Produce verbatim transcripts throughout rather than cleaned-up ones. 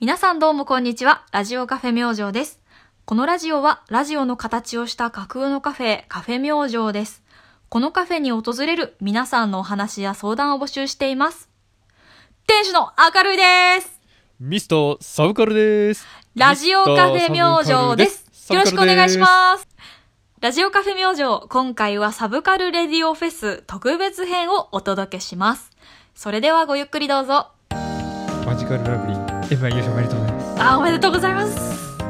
皆さんどうもこんにちは。ラジオカフェ明星です。このラジオはラジオの形をした架空のカフェ、カフェ明星です。このカフェに訪れる皆さんのお話や相談を募集しています。店主の明るいです。 ミスターサブカルです。 ラジオカフェ明星です。よろしくお願いします。ラジオカフェ明星、今回はサブカルレディオフェス特別編をお届けします。それではごゆっくりどうぞ。 マジカルラブリー エムワン 優勝おめでとうございます。 あ、おめでとうございます。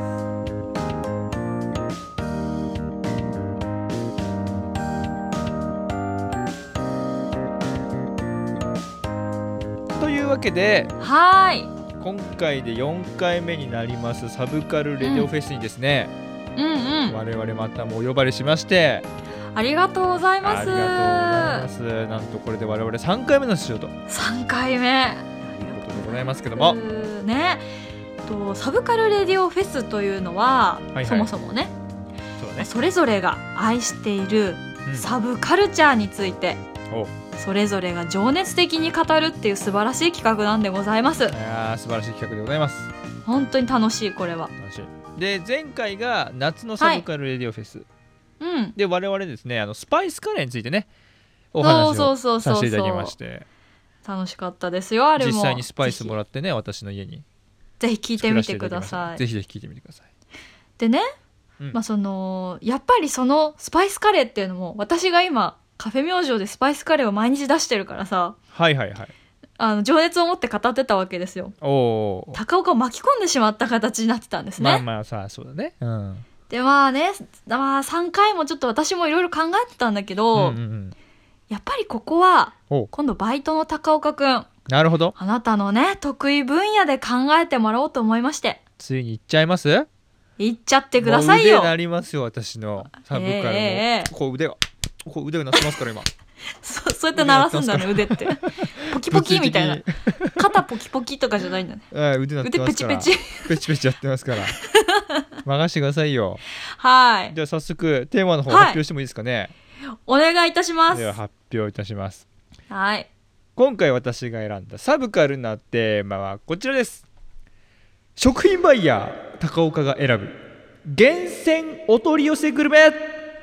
というわけで、 はーい。 今回でよんかいめになりますサブカルレディオフェスにですね、 うん、うんうん、 我々またもお呼ばれしまして、 ありがとうございます。 ありがとうございます。なんとこれで我々さんかいめの出場とさんかいめということでございますけども、 ね、とサブカルレディオフェスというのは、はいはい、そもそもね、 そうだね、 それぞれが愛しているサブカルチャーについて、うん、それぞれが情熱的に語るっていう素晴らしい企画なんでございます。いや素晴らしい企画でございます。 本当に楽しい。これは楽しい。で前回が夏のサブカルレディオフェス、はい、うん、で我々ですね、あのスパイスカレーについてねお話をさせていただきまして、 楽しかったですよ。あれも実際にスパイスもらってね、私の家にぜひ聞いてみてください。 ぜひぜひ聞いてみてください。 でね、うん、まあそのやっぱりそのスパイスカレーっていうのも、私が今カフェ明星でスパイスカレーを毎日出してるからさ、 はいはいはい、 あの情熱を持って語ってたわけですよ。 お高岡を巻き込んでしまった形になってたんですね。 まあまあさ、そうだね、うん、 でまあね、まあ、さんかいもちょっと私もいろいろ考えてたんだけど、うんうんうん、やっぱりここは今度バイトの高岡くん、 なるほど、 あなたのね得意分野で考えてもらおうと思いまして。 ついに行っちゃいます？ 行っちゃってくださいよ。 もう腕なりますよ、私のサブカルも、えー、こう腕がこう腕が鳴ってますから今そ, そうやって鳴らすんだね、腕ってポキポキみたいな肩ポキポキとかじゃないんだね腕鳴ってますから、 腕ペチペチペチペチやってますから任してくださいよ。 はい。 では早速テーマの方発表してもいいですかね。 はい、お願いいたします。 では発表いたします。 はい。 今回私が選んだサブカルなテーマはこちらです。食品バイヤー高岡が選ぶ厳選お取り寄せグルメ。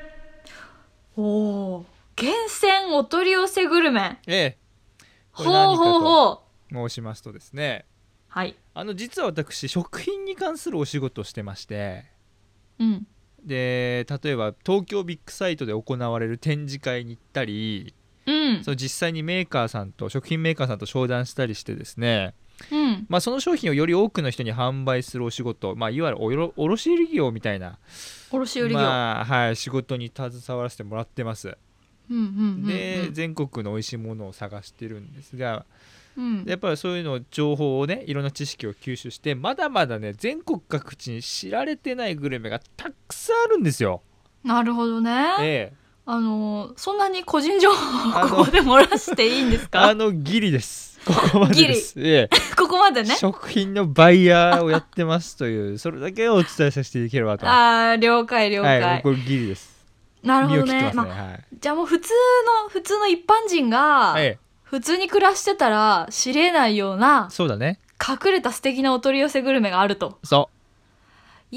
おー、厳選お取り寄せグルメ。 ええ、 これ何かと申しますとですね、 はい、 あの実は私食品に関するお仕事をしてまして、 うん、 で例えば東京ビッグサイトで行われる展示会に行ったり、 うん、 その実際にメーカーさんと食品メーカーさんと商談したりしてですね、 うん、 まあ、その商品をより多くの人に販売するお仕事、まあ、いわゆるおろ卸売業みたいな卸売業、 まあはい、仕事に携わらせてもらってます。 うんうんうんうん、 で全国の美味しいものを探してるんですが、 うん、 やっぱりそういうの情報をね、いろんな知識を吸収して、まだまだね全国各地に知られてないグルメがたくさんあるんですよ。 なるほどね、 ええ、 あのそんなに個人情報をここで漏らしていいんですか？ あのギリです、ここまでです、ええ、 ここまでね、 食品のバイヤーをやってますというそれだけをお伝えさせていただければと。 あー、了解了解、 はい、これギリです。 なるほど ね, ね、 まあはい、じゃあもう普通の普通の一般人が普通に暮らしてたら知れないような、 そうだね、 隠れた素敵なお取り寄せグルメがあると。 そう、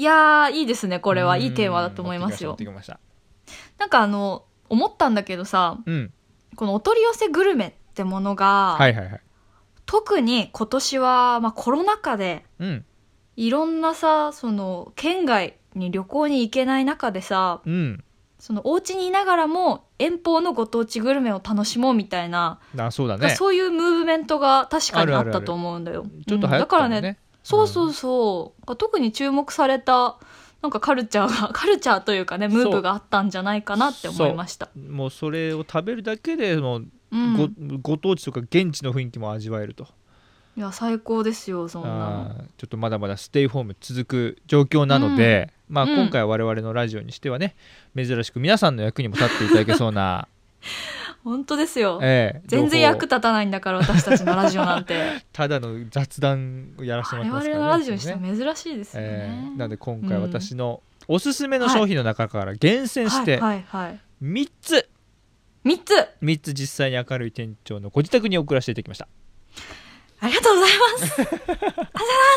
いやー、いいですね、これはいいテーマだと思いますよ。なんかあの思ったんだけどさ、うん、このお取り寄せグルメってものが、 はいはいはい、 特に今年は、まあ、コロナ禍で、うん、いろんなさ、その県外に旅行に行けない中でさ、うん、そのお家にいながらも遠方のご当地グルメを楽しもうみたいな、 あ、そうだね、 そういうムーブメントが確かにあったと思うんだよ。 あるあるある、ちょっと流行ったもんね、うん、だからね、 そうそうそう、うん、特に注目されたなんかカルチャーがカルチャーというかね、ムーブがあったんじゃないかなって思いました。 もうそれを食べるだけでもう、うん、ご, ご当地とか現地の雰囲気も味わえると。 いや最高ですよ、そんなの。ちょっとまだまだステイホーム続く状況なので、うん、まあ、今回は我々のラジオにしてはね、うん、珍しく皆さんの役にも立っていただけそうな本当ですよ、 ええ、 全然役立たないんだから私たちのラジオなんてただの雑談をやらせてもらってますからね。 我々のラジオにしては珍しいですよね、 ええ、なので今回私のおすすめの商品の中から厳選してみっつ、 みっつみっつ実際に明るい店長のご自宅に送らせていただきました。 ありがとうございますありがとうございます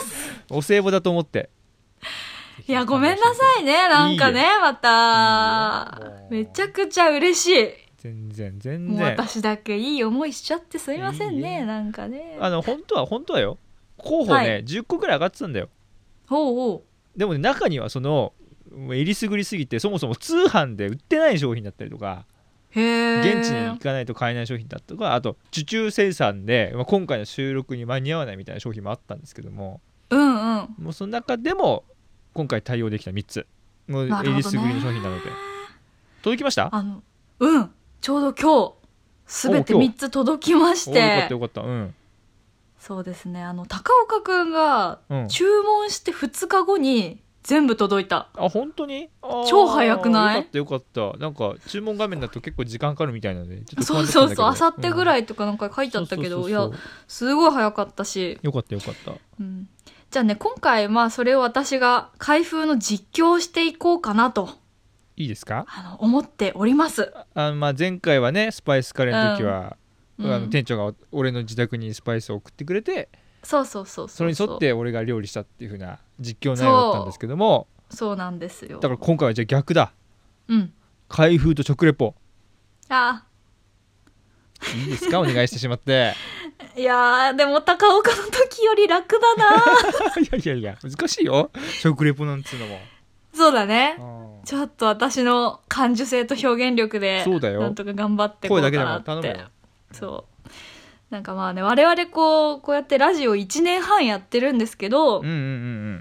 お歳暮だと思って。 いやごめんなさいね、なんかね、またいいめちゃくちゃ嬉しい。 全然全然もう私だけいい思いしちゃってすいませんね。 いいなんかね、 あの本当は本当はよ、候補ね、はい、じゅっこぐらい上がってたんだよ。 ほうほう。でもね、中にはそのえりすぐりすぎてそもそも通販で売ってない商品だったりとか、 へ現地に行かないと買えない商品だったとか、あと受注生産で、まあ、今回の収録に間に合わないみたいな商品もあったんですけども、 うんうん、 もうその中でも今回対応できたみっつ、もうえりすぐりの商品なので。届きました？ あのうんちょうど今日すべてみっつ届きまして。 よかったよかった、うん、 そうですね、あの高岡くんが注文してふつかごに全部届いた、 うん、あ本当に？あ超早くない？ よかったよかった。なんか注文画面だと結構時間かかるみたいなのでちょっとそうそうそう、あさってぐらいとかなんか書いてあったけど、いやすごい早かったし、 よかったよかった、 うん、じゃあね今回まあそれを私が開封の実況をしていこうかなと。 いいですか？ あの思っております。 あ、まあ、前回はねスパイスカレーの時は、うん、あの店長が俺の自宅にスパイスを送ってくれて、 そうそうそうそう、 それに沿って俺が料理したっていう風な実況内容だったんですけども、 そう、そうなんですよ。 だから今回はじゃあ逆だ、 うん、 開封と食レポ。 あいいですか？お願いしてしまって。 いやーでも高岡の時より楽だな。 いやいやいや難しいよ食レポなんつうのも。 そうだね、ちょっと私の感受性と表現力でそうだよ、 なんとか頑張ってこうかなって。 声だけでも頼むよ。 そうなんかまあね、我々こうこうやってラジオいちねんはんやってるんですけど、 うんうんうんうん、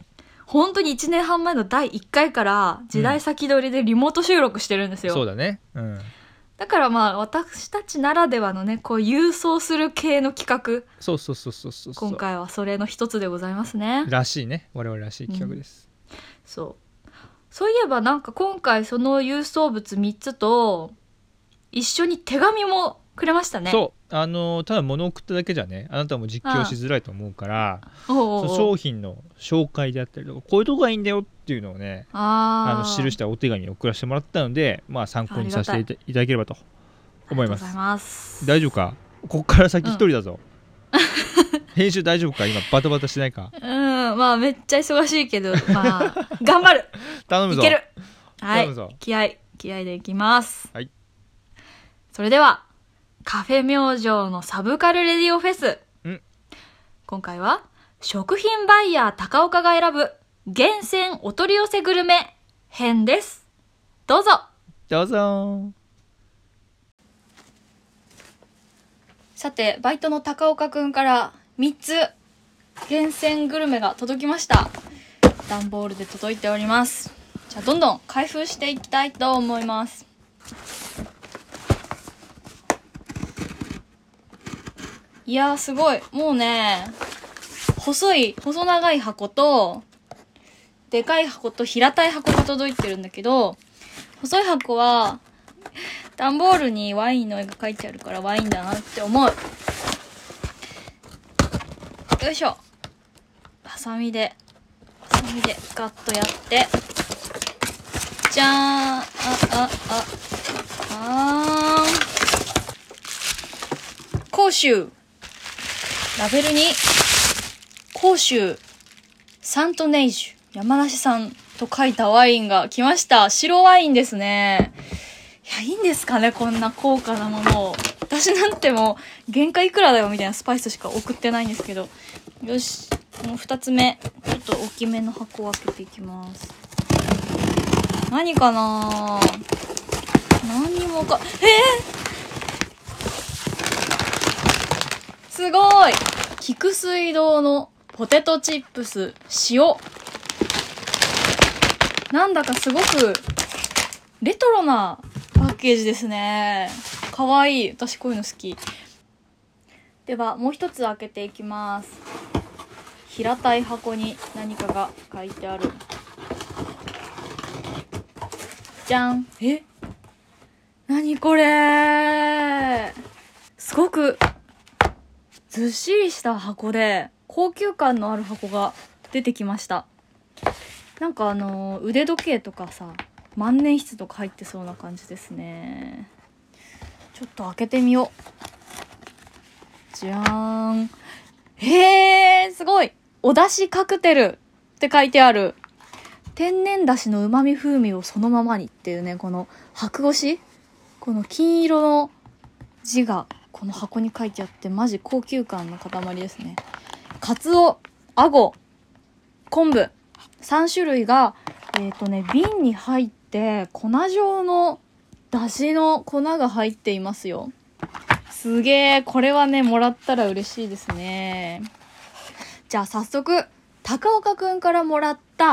本当にいちねんはん前のだいいっかいから時代先取りでリモート収録してるんですよ、 うん、そうだね、うん、 だからまあ私たちならではのねこう郵送する系の企画、 そうそうそうそうそう、 今回はそれの一つでございますね。 らしいね、我々らしい企画です、 うん、そうそういえばなんか今回その郵送物みっつと一緒に手紙もくれましたね。 そうあのただ物を送っただけじゃね、あなたも実況しづらいと思うから、 おうおうおう、 その商品の紹介であったりとかこういうとこがいいんだよっていうのをね、 ああの記したお手紙を送らせてもらったので、まあ、参考にさせていただければと思います。 ありがとうございます。 大丈夫か？こっから先一人だぞ、うん、編集大丈夫か？今バタバタしてないか？ うん、まあめっちゃ忙しいけどまあ頑張る頼むぞ、 いける、はい、 頼むぞ、 気合気合でいきます、 はい、 それではカフェ明星のサブカルレディオフェス、 うん、 今回は食品バイヤー高岡が選ぶ厳選お取り寄せグルメ編です。どうぞどうぞ。 さてバイトの高岡くんからみっつ厳選グルメが届きました。段ボールで届いております。じゃあどんどん開封していきたいと思います。いやーすごい、もうね細い細長い箱とでかい箱と平たい箱が届いてるんだけど、細い箱は段ボールにワインの絵が描いてあるからワインだなって思う。よいしょ、ハサミでハサミでガッとやってじゃーん、ああああー甲州、ラベルに甲州サントネイジュ山梨産と書いたワインが来ました。白ワインですね。いや、いいんですかね、こんな高価なものを。私なんてもう原価いくらだよみたいなスパイスしか送ってないんですけど。よし、もうふたつめちょっと大きめの箱を開けていきます。何かな、何もか、えーすごい、菊水堂のポテトチップス塩、なんだかすごくレトロなパッケージですね。かわいい、私こういうの好き。ではもう一つ開けていきます。平たい箱に何かが書いてある。じゃん、え、何これ、すごくずっしりした箱で高級感のある箱が出てきました。なんかあの腕時計とかさ、万年筆とか入ってそうな感じですね。ちょっと開けてみよう。じゃーん、へー、すごい、 お出汁カクテルって書いてある。天然だしの旨味風味をそのままにっていうね、この白押し、この金色の字がこの箱に書いてあって、マジ高級感の塊ですね。カツオ、アゴ、昆布さん種類がえっとね瓶に入って粉状のだしの粉が入っていますよ。すげえ、これはねもらったら嬉しいですね。じゃあ早速高岡くんからもらった、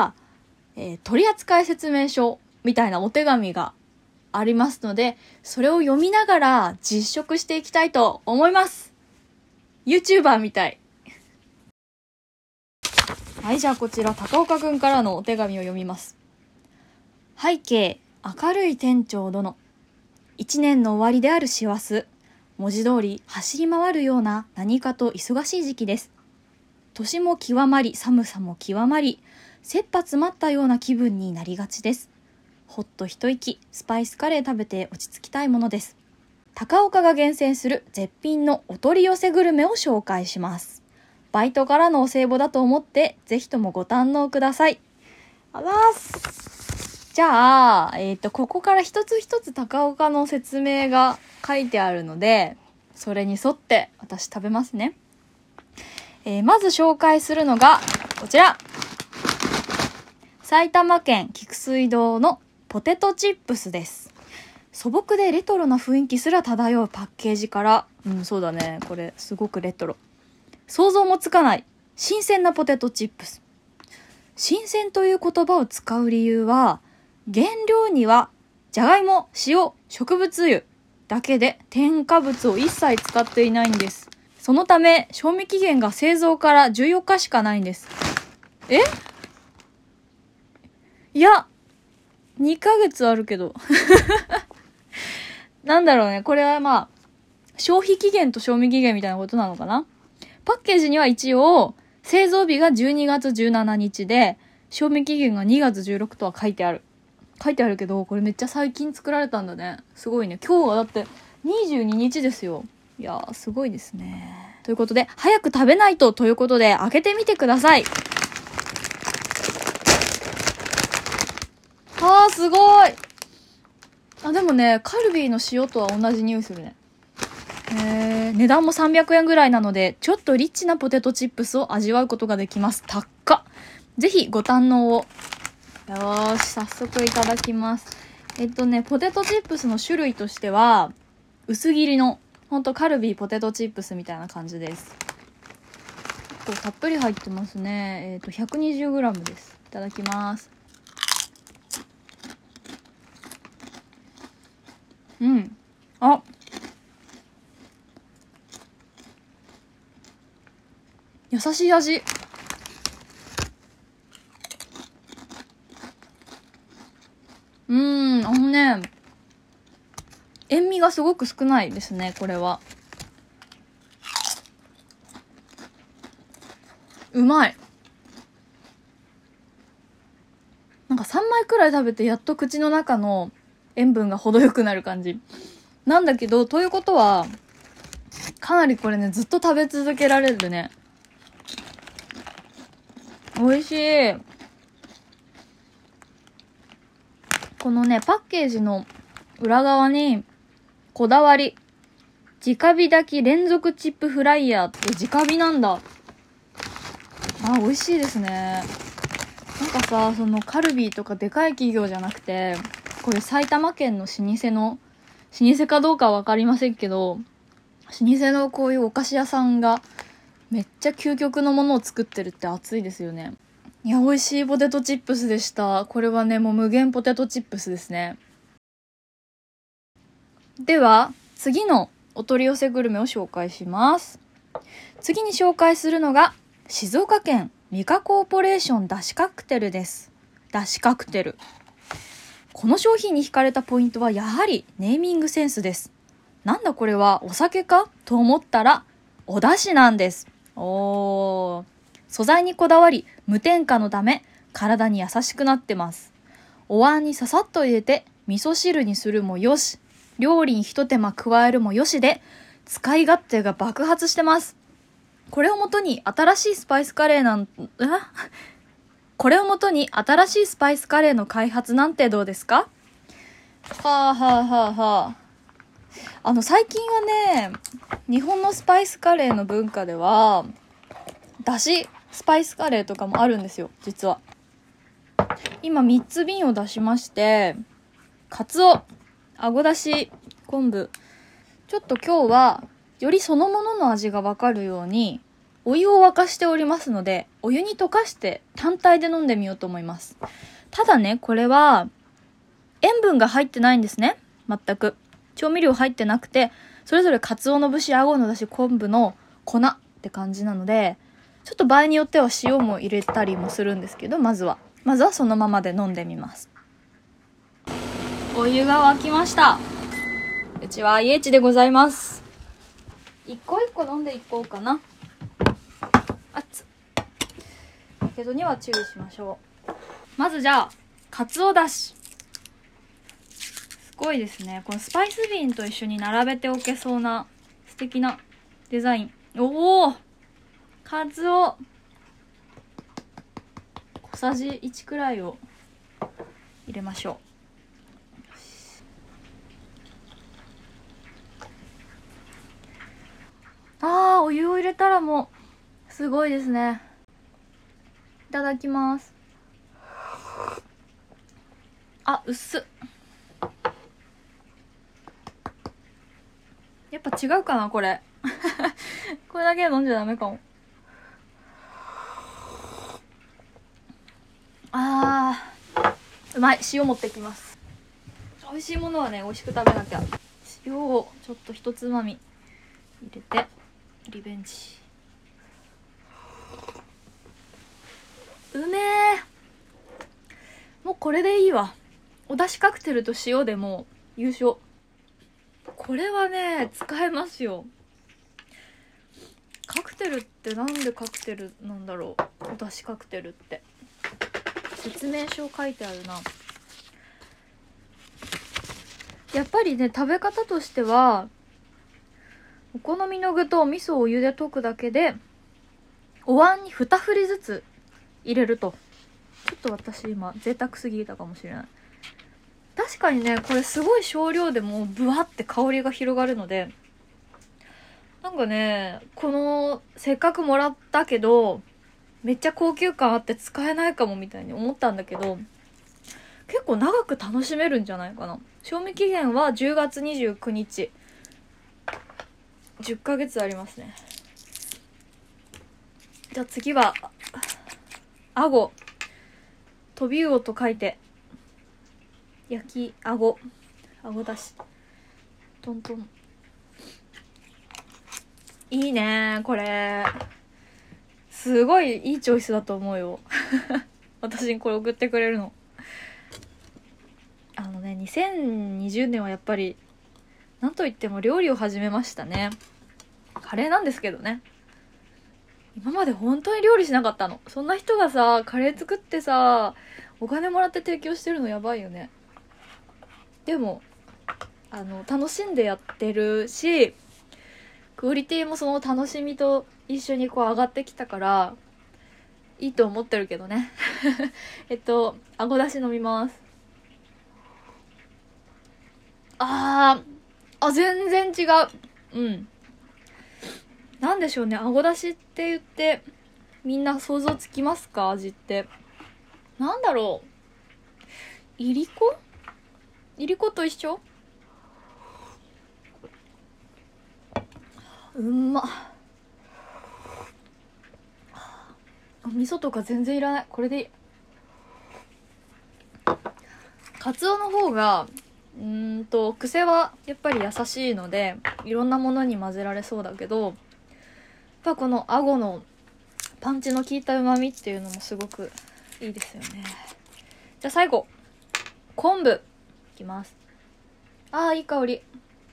えー、取扱説明書みたいなお手紙がありますので、それを読みながら実食していきたいと思います。 YouTuber みたい。はい、じゃあこちら高岡くんからのお手紙を読みます。背景、明るい店長殿。一年の終わりである師走、文字通り走り回るような何かと忙しい時期です。年も極まり寒さも極まり、切羽詰まったような気分になりがちです。ほっと一息、スパイスカレー食べて落ち着きたいものです。高岡が厳選する絶品のお取り寄せグルメを紹介します。バイトからのお歳暮だと思ってぜひともご堪能ください。あざーす。じゃあ、えっとここから一つ一つ高岡の説明が書いてあるので、それに沿って私食べますね。えー、まず紹介するのがこちら、埼玉県菊水堂のポテトチップスです。素朴でレトロな雰囲気すら漂うパッケージから、うん、そうだね、これすごくレトロ、想像もつかない新鮮なポテトチップス。新鮮という言葉を使う理由は、原料にはじゃがいも、塩、植物油だけで添加物を一切使っていないんです。そのため賞味期限が製造からじゅうよっかしかないんです。え？いや、にかげつあるけどなんだろうね、これはまあ消費期限と賞味期限みたいなことなのかな。パッケージには一応製造日がじゅうにがつじゅうしちにちで賞味期限がにがつじゅうろくとは書いてある書いてあるけど、これめっちゃ最近作られたんだね。すごいね。今日はだってにじゅうににちですよ。いやーすごいですね。ということで早く食べないとということで開けてみてください。あーすごい。あ、でもねカルビーの塩とは同じ匂いするね。へー、値段もさんびゃくえんぐらいなのでちょっとリッチなポテトチップスを味わうことができます。高っ。ぜひご堪能を。よーし、早速いただきます。えっとねポテトチップスの種類としては薄切りのほんとカルビーポテトチップスみたいな感じです。結構たっぷり入ってますね。えっと ひゃくにじゅうグラム です。いただきます。うん、あ、優しい味。うーん、あのね塩味がすごく少ないですね。これはうまい。なんかさんまいくらい食べてやっと口の中の塩分が程よくなる感じなんだけど、ということはかなりこれねずっと食べ続けられるね。美味しい。このねパッケージの裏側にこだわり直火炊き連続チップフライヤーって直火なんだ。あ、美味しいですね。なんかさ、そのカルビーとかでかい企業じゃなくて、これ埼玉県の老舗の老舗かどうかは分かりませんけど、老舗のこういうお菓子屋さんがめっちゃ究極のものを作ってるって熱いですよね。いや、美味しいポテトチップスでした。これはねもう無限ポテトチップスですね。では次のお取り寄せグルメを紹介します。次に紹介するのが静岡県ミカコーポレーションだしカクテルです。だしカクテル、この商品に惹かれたポイントはやはりネーミングセンスです。なんだこれはお酒かと思ったらお出汁なんです。おー、素材にこだわり無添加のため体に優しくなってます。お椀にささっと入れて味噌汁にするもよし、料理に一手間加えるもよしで使い勝手が爆発してます。 これをもとに新しいスパイスカレーなんえこれをもとに新しいスパイスカレーの開発なんてどうですか？はあはあはあはあ。あの最近はね、日本のスパイスカレーの文化ではだしスパイスカレーとかもあるんですよ。実は今みっつ瓶を出しまして、カツオ、あごだし、昆布、ちょっと今日はよりそのものの味がわかるようにお湯を沸かしておりますので、お湯に溶かして単体で飲んでみようと思います。ただね、これは塩分が入ってないんですね。全く調味料入ってなくて、それぞれカツオの節、あごのだし、昆布の粉って感じなので、ちょっと場合によっては塩も入れたりもするんですけど、まずはまずはそのままで飲んでみます。お湯が沸きました。うちは アイエイチ でございます。一個一個飲んでいこうかな。あっつやけどには注意しましょう。まずじゃあカツオだし、すごいですね。このスパイス瓶と一緒に並べておけそうな素敵なデザイン。おお、カツオ小さじいちくらいを入れましょう。あー、お湯を入れたらもうすごいですね。いただきます。あ、薄っ。やっぱ違うかなこれこれだけ飲んじゃダメかも。あー、うまい。塩持ってきます。美味しいものはね、美味しく食べなきゃ。塩をちょっと一つまみ入れてリベンジ。うめえ。もうこれでいいわ。お出汁カクテルと塩でもう優勝。これはね、使えますよ。カクテルってなんでカクテルなんだろう。お出汁カクテルって説明書書いてあるな。やっぱりね、食べ方としてはお好みの具とお味噌をお湯で溶くだけで、お椀にに振りずつ入れると。ちょっと私今贅沢すぎたかもしれない。確かにね、これすごい少量でもブワって香りが広がるので、なんかね、このせっかくもらったけどめっちゃ高級感あって使えないかもみたいに思ったんだけど、結構長く楽しめるんじゃないかな。賞味期限はじゅうがつにじゅうくにち、じゅっかげつありますね。じゃあ次はあご、飛び魚と書いて焼きあご、あごだしトントン。いいねこれ。すごいいいチョイスだと思うよ私にこれ送ってくれるの。あのね、にせんにじゅうねんはやっぱりなんといっても料理を始めましたね。カレーなんですけどね。今まで本当に料理しなかったの。そんな人がさ、カレー作ってさ、お金もらって提供してるのやばいよね。でもあの楽しんでやってるし、クオリティもその楽しみと一緒にこう上がってきたからいいと思ってるけどねえっとあごだし飲みます。あーあ、全然違う。うん、なんでしょうね、あごだしって言ってみんな想像つきますか？味ってなんだろう。いりこいりこと一緒。うんまっ。味噌とか全然いらない。これでいい。カツオの方がうーんと癖はやっぱり優しいのでいろんなものに混ぜられそうだけど、やっぱこのあごのパンチの効いた旨味っていうのもすごくいいですよね。じゃあ最後昆布いきます。あー、いい香り。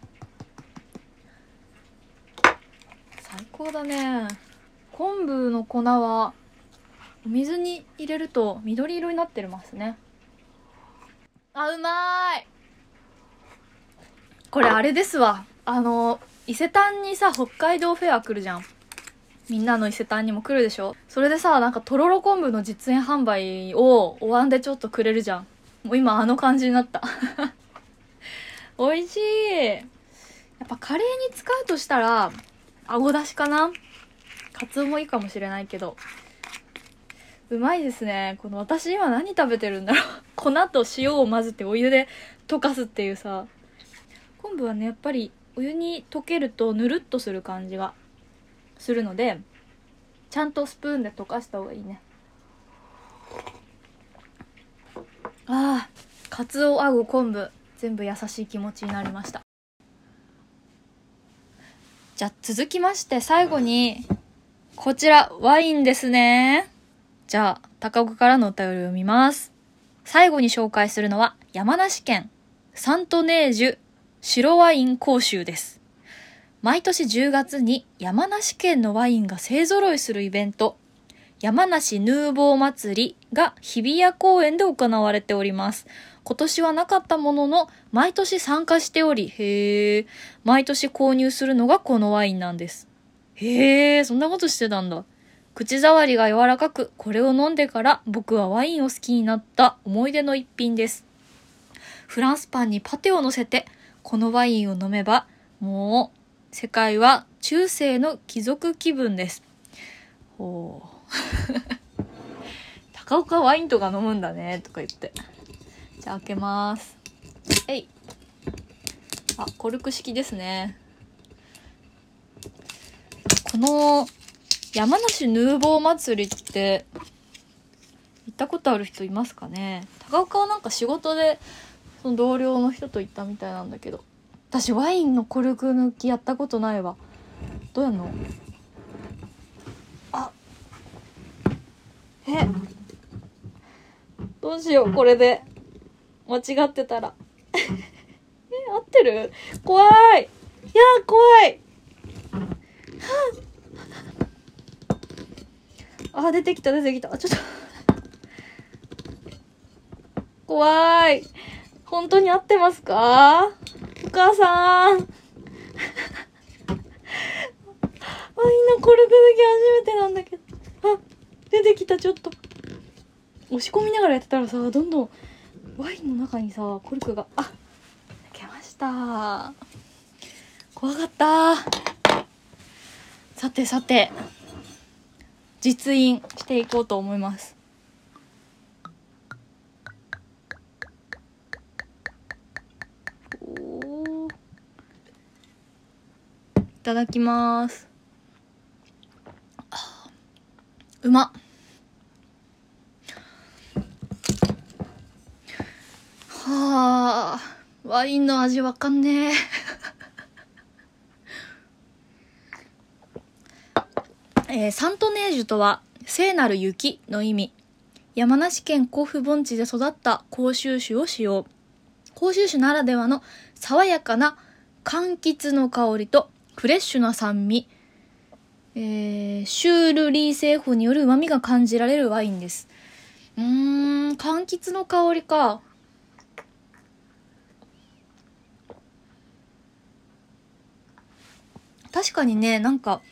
最高だね。昆布の粉はお水に入れると緑色になってますね。あ、うまーい。これあれですわ、あの伊勢丹にさ北海道フェア来るじゃん。 みんなの伊勢丹にも来るでしょ。それでさ、なんかとろろ昆布の実演販売をお椀でちょっとくれるじゃん。もう今あの感じになった美味しい。やっぱカレーに使うとしたらあごだしかな。カツオもいいかもしれないけど、うまいですね。この私今何食べてるんだろう粉と塩を混ぜてお湯で溶かすっていうさ。昆布はねやっぱりお湯に溶けるとぬるっとする感じがするので、ちゃんとスプーンで溶かした方がいいね。あー、カツオ、あご、昆布全部優しい気持ちになりました。じゃあ続きまして最後にこちらワインですね。じゃあ高岡からのお便りを読みます。最後に紹介するのは山梨県サントネージュ白ワイン講習です。毎年じゅうがつに山梨県のワインが勢ぞろいするイベント、山梨ヌーボー祭りが日比谷公園で行われております。今年はなかったものの毎年参加しており、へー、毎年購入するのがこのワインなんです。へー、そんなことしてたんだ。口触りが柔らかく、これを飲んでから僕はワインを好きになった思い出の一品です。フランスパンにパテを乗せてこのワインを飲めば、もう世界は中世の貴族気分です。ほう高岡ワインとか飲むんだねとか言って。じゃあ開けます。えい。あ、コルク式ですね。この山梨ヌーボー祭りって行ったことある人いますかね。高岡はなんか仕事でその同僚の人と行ったみたいなんだけど、私ワインのコルク抜きやったことないわ。どうやんの？あ、え、どうしよう、これで間違ってたらえ、合ってる？怖い。いやー怖い。あ、出てきた出てきた。あ、ちょっと怖い。本当に合ってますか？お母さんワインのコルク抜き初めてなんだけど。あ、出てきた。ちょっと押し込みながらやってたらさ、どんどんワインの中にさコルクが、あ、抜けました。怖かった。さてさて実飲していこうと思います。おー、いただきます。あ、うまっ。はあ、ワインの味わかんねええー、サントネージュとは聖なる雪の意味。山梨県甲府盆地で育った甲州種を使用。甲州種ならではの爽やかな柑橘の香りとフレッシュな酸味、えー、シュールリー製法による旨味が感じられるワインです。うーん、柑橘の香りか。確かにね、なんか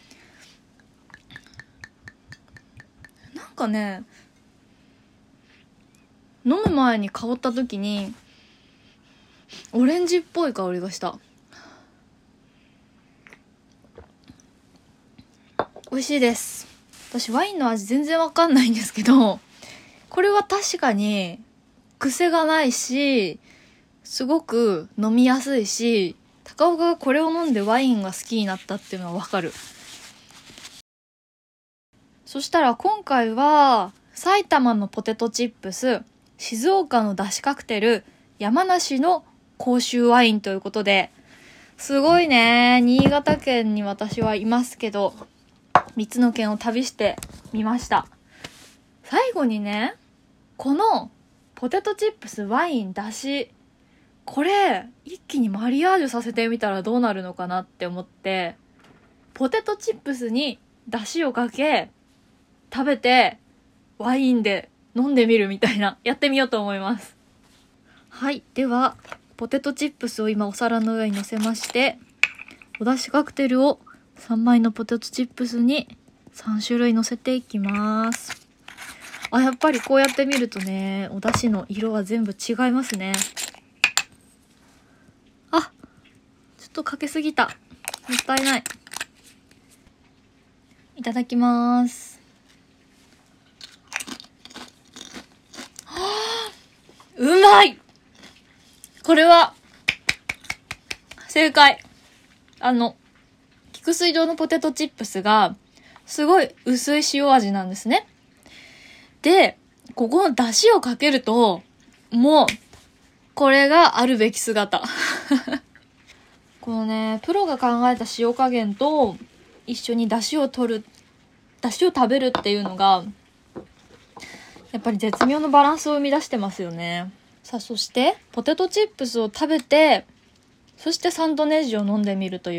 なんかね、飲む前に香った時にオレンジっぽい香りがした。美味しいです。私ワインの味全然わかんないんですけど、これは確かに癖がないし、すごく飲みやすいし、高岡がこれを飲んでワインが好きになったっていうのはわかる。そしたら今回は埼玉のポテトチップス、静岡のだしカクテル、山梨の甲州ワインということで、すごいね。新潟県に私はいますけど、みっつの県を旅してみました。最後にね、このポテトチップス、ワイン、だし、これ一気にマリアージュさせてみたらどうなるのかなって思って、ポテトチップスにだしをかけ食べてワインで飲んでみるみたいな、やってみようと思います。はい、ではポテトチップスを今お皿の上に乗せまして、おだしカクテルをさんまいのポテトチップスにさん種類乗せていきます。あ、やっぱりこうやって見るとね、お出汁の色は全部違いますね。あ、ちょっとかけすぎた。もったいない。いただきます。はぁ、うまい。これは正解。あの菊水堂のポテトチップスがすごい薄い塩味なんですね。で、ここの出汁をかけると、もうこれがあるべき姿。このね、プロが考えた塩加減と一緒に出汁を取る、出汁を食べるっていうのがやっぱり絶妙のバランスを生み出してますよね。さあ、そしてポテトチップスを食べて、そしてサンドネッジを飲んでみるという。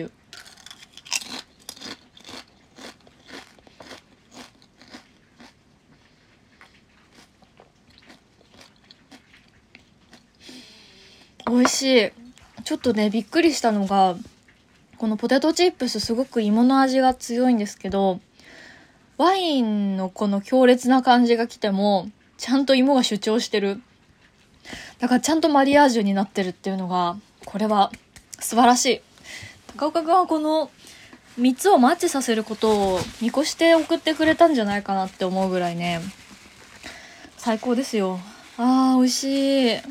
美味しい。ちょっとね、びっくりしたのが、このポテトチップスすごく芋の味が強いんですけど、ワインのこの強烈な感じが来てもちゃんと芋が主張してる。だからちゃんとマリアージュになってるっていうのが、これは素晴らしい。高岡君はこのみっつをマッチさせることを見越して送ってくれたんじゃないかなって思うぐらいね、最高ですよ。あー、美味しい。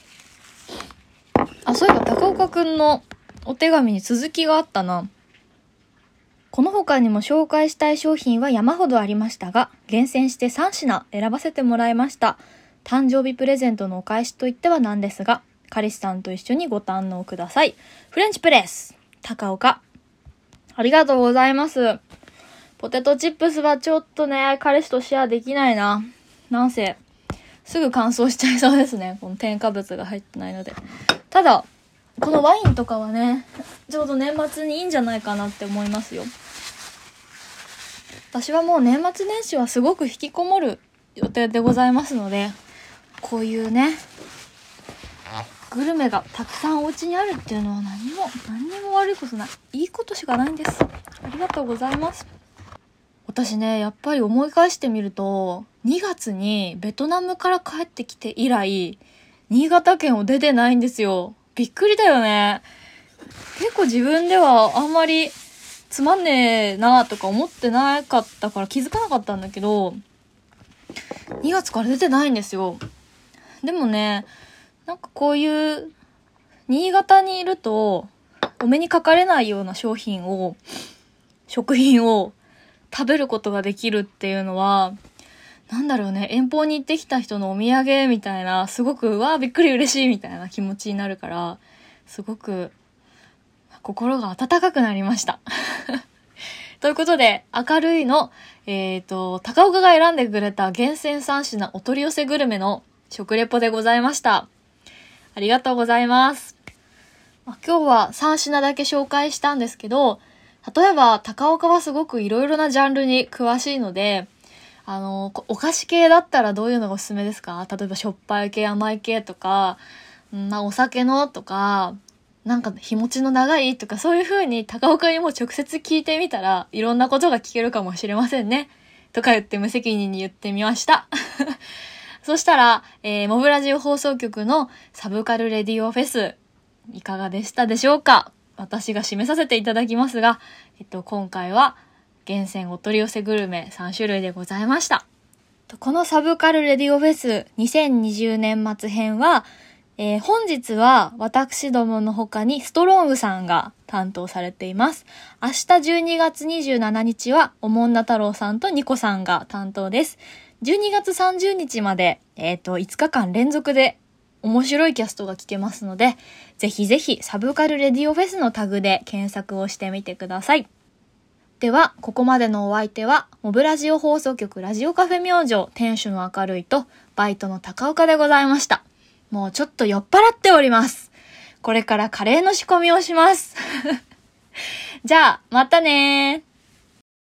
あ、そういえば高岡くんのお手紙に続きがあったな。この他にも紹介したい商品は山ほどありましたが、厳選してさん品選ばせてもらいました。誕生日プレゼントのお返しといってはなんですが、彼氏さんと一緒にご堪能ください。フレンチプレス高岡、ありがとうございます。ポテトチップスはちょっとね、彼氏とシェアできないな。なんせすぐ乾燥しちゃいそうですね、この添加物が入ってないので。ただこのワインとかはね、ちょうど年末にいいんじゃないかなって思いますよ。私はもう年末年始はすごく引きこもる予定でございますので、こういうねグルメがたくさんお家にあるっていうのは何も何にも悪いことない、いいことしかないんです。ありがとうございます。私ね、やっぱり思い返してみると、にがつにベトナムから帰ってきて以来新潟県を出てないんですよ。びっくりだよね。結構自分ではあんまりつまんねえなとか思ってなかったから気づかなかったんだけど、にがつから出てないんですよ。でもね、なんかこういう新潟にいるとお目にかかれないような商品を、食品を食べることができるっていうのは、なんだろうね、遠方に行ってきた人のお土産みたいな、すごくわーびっくり嬉しいみたいな気持ちになるから、すごく心が温かくなりましたということで、明るいのえっと高岡が選んでくれた厳選さん品お取り寄せグルメの食レポでございました。ありがとうございます。今日はさん品だけ紹介したんですけど、例えば高岡はすごくいろいろなジャンルに詳しいので、あのお菓子系だったらどういうのがおすすめですか？例えばしょっぱい系、甘い系とか、まあ、お酒のとか、なんか日持ちの長いとか、そういう風に高岡にも直接聞いてみたらいろんなことが聞けるかもしれませんねとか言って無責任に言ってみましたそしたら、えー、モブラジオ放送局のサブカルレディオフェスいかがでしたでしょうか？私が締めさせていただきますが、えっと、今回は厳選お取り寄せグルメさん種類でございました。このサブカルレディオフェスにせんにじゅうねん末編は、えー、本日は私どもの他にストロングさんが担当されています。明日じゅうにがつにじゅうしちにちはおもんな太郎さんとニコさんが担当です。じゅうにがつさんじゅうにちまで、えっと、いつかかん連続で面白いキャストが聞けますので、ぜひぜひサブカルレディオフェスのタグで検索をしてみてください。では、ここまでのお相手は、モブラジオ放送局ラジオカフェ明星店主の明るいとバイトの高岡でございました。もうちょっと酔っ払っております。これからカレーの仕込みをします。じゃあ、またねー。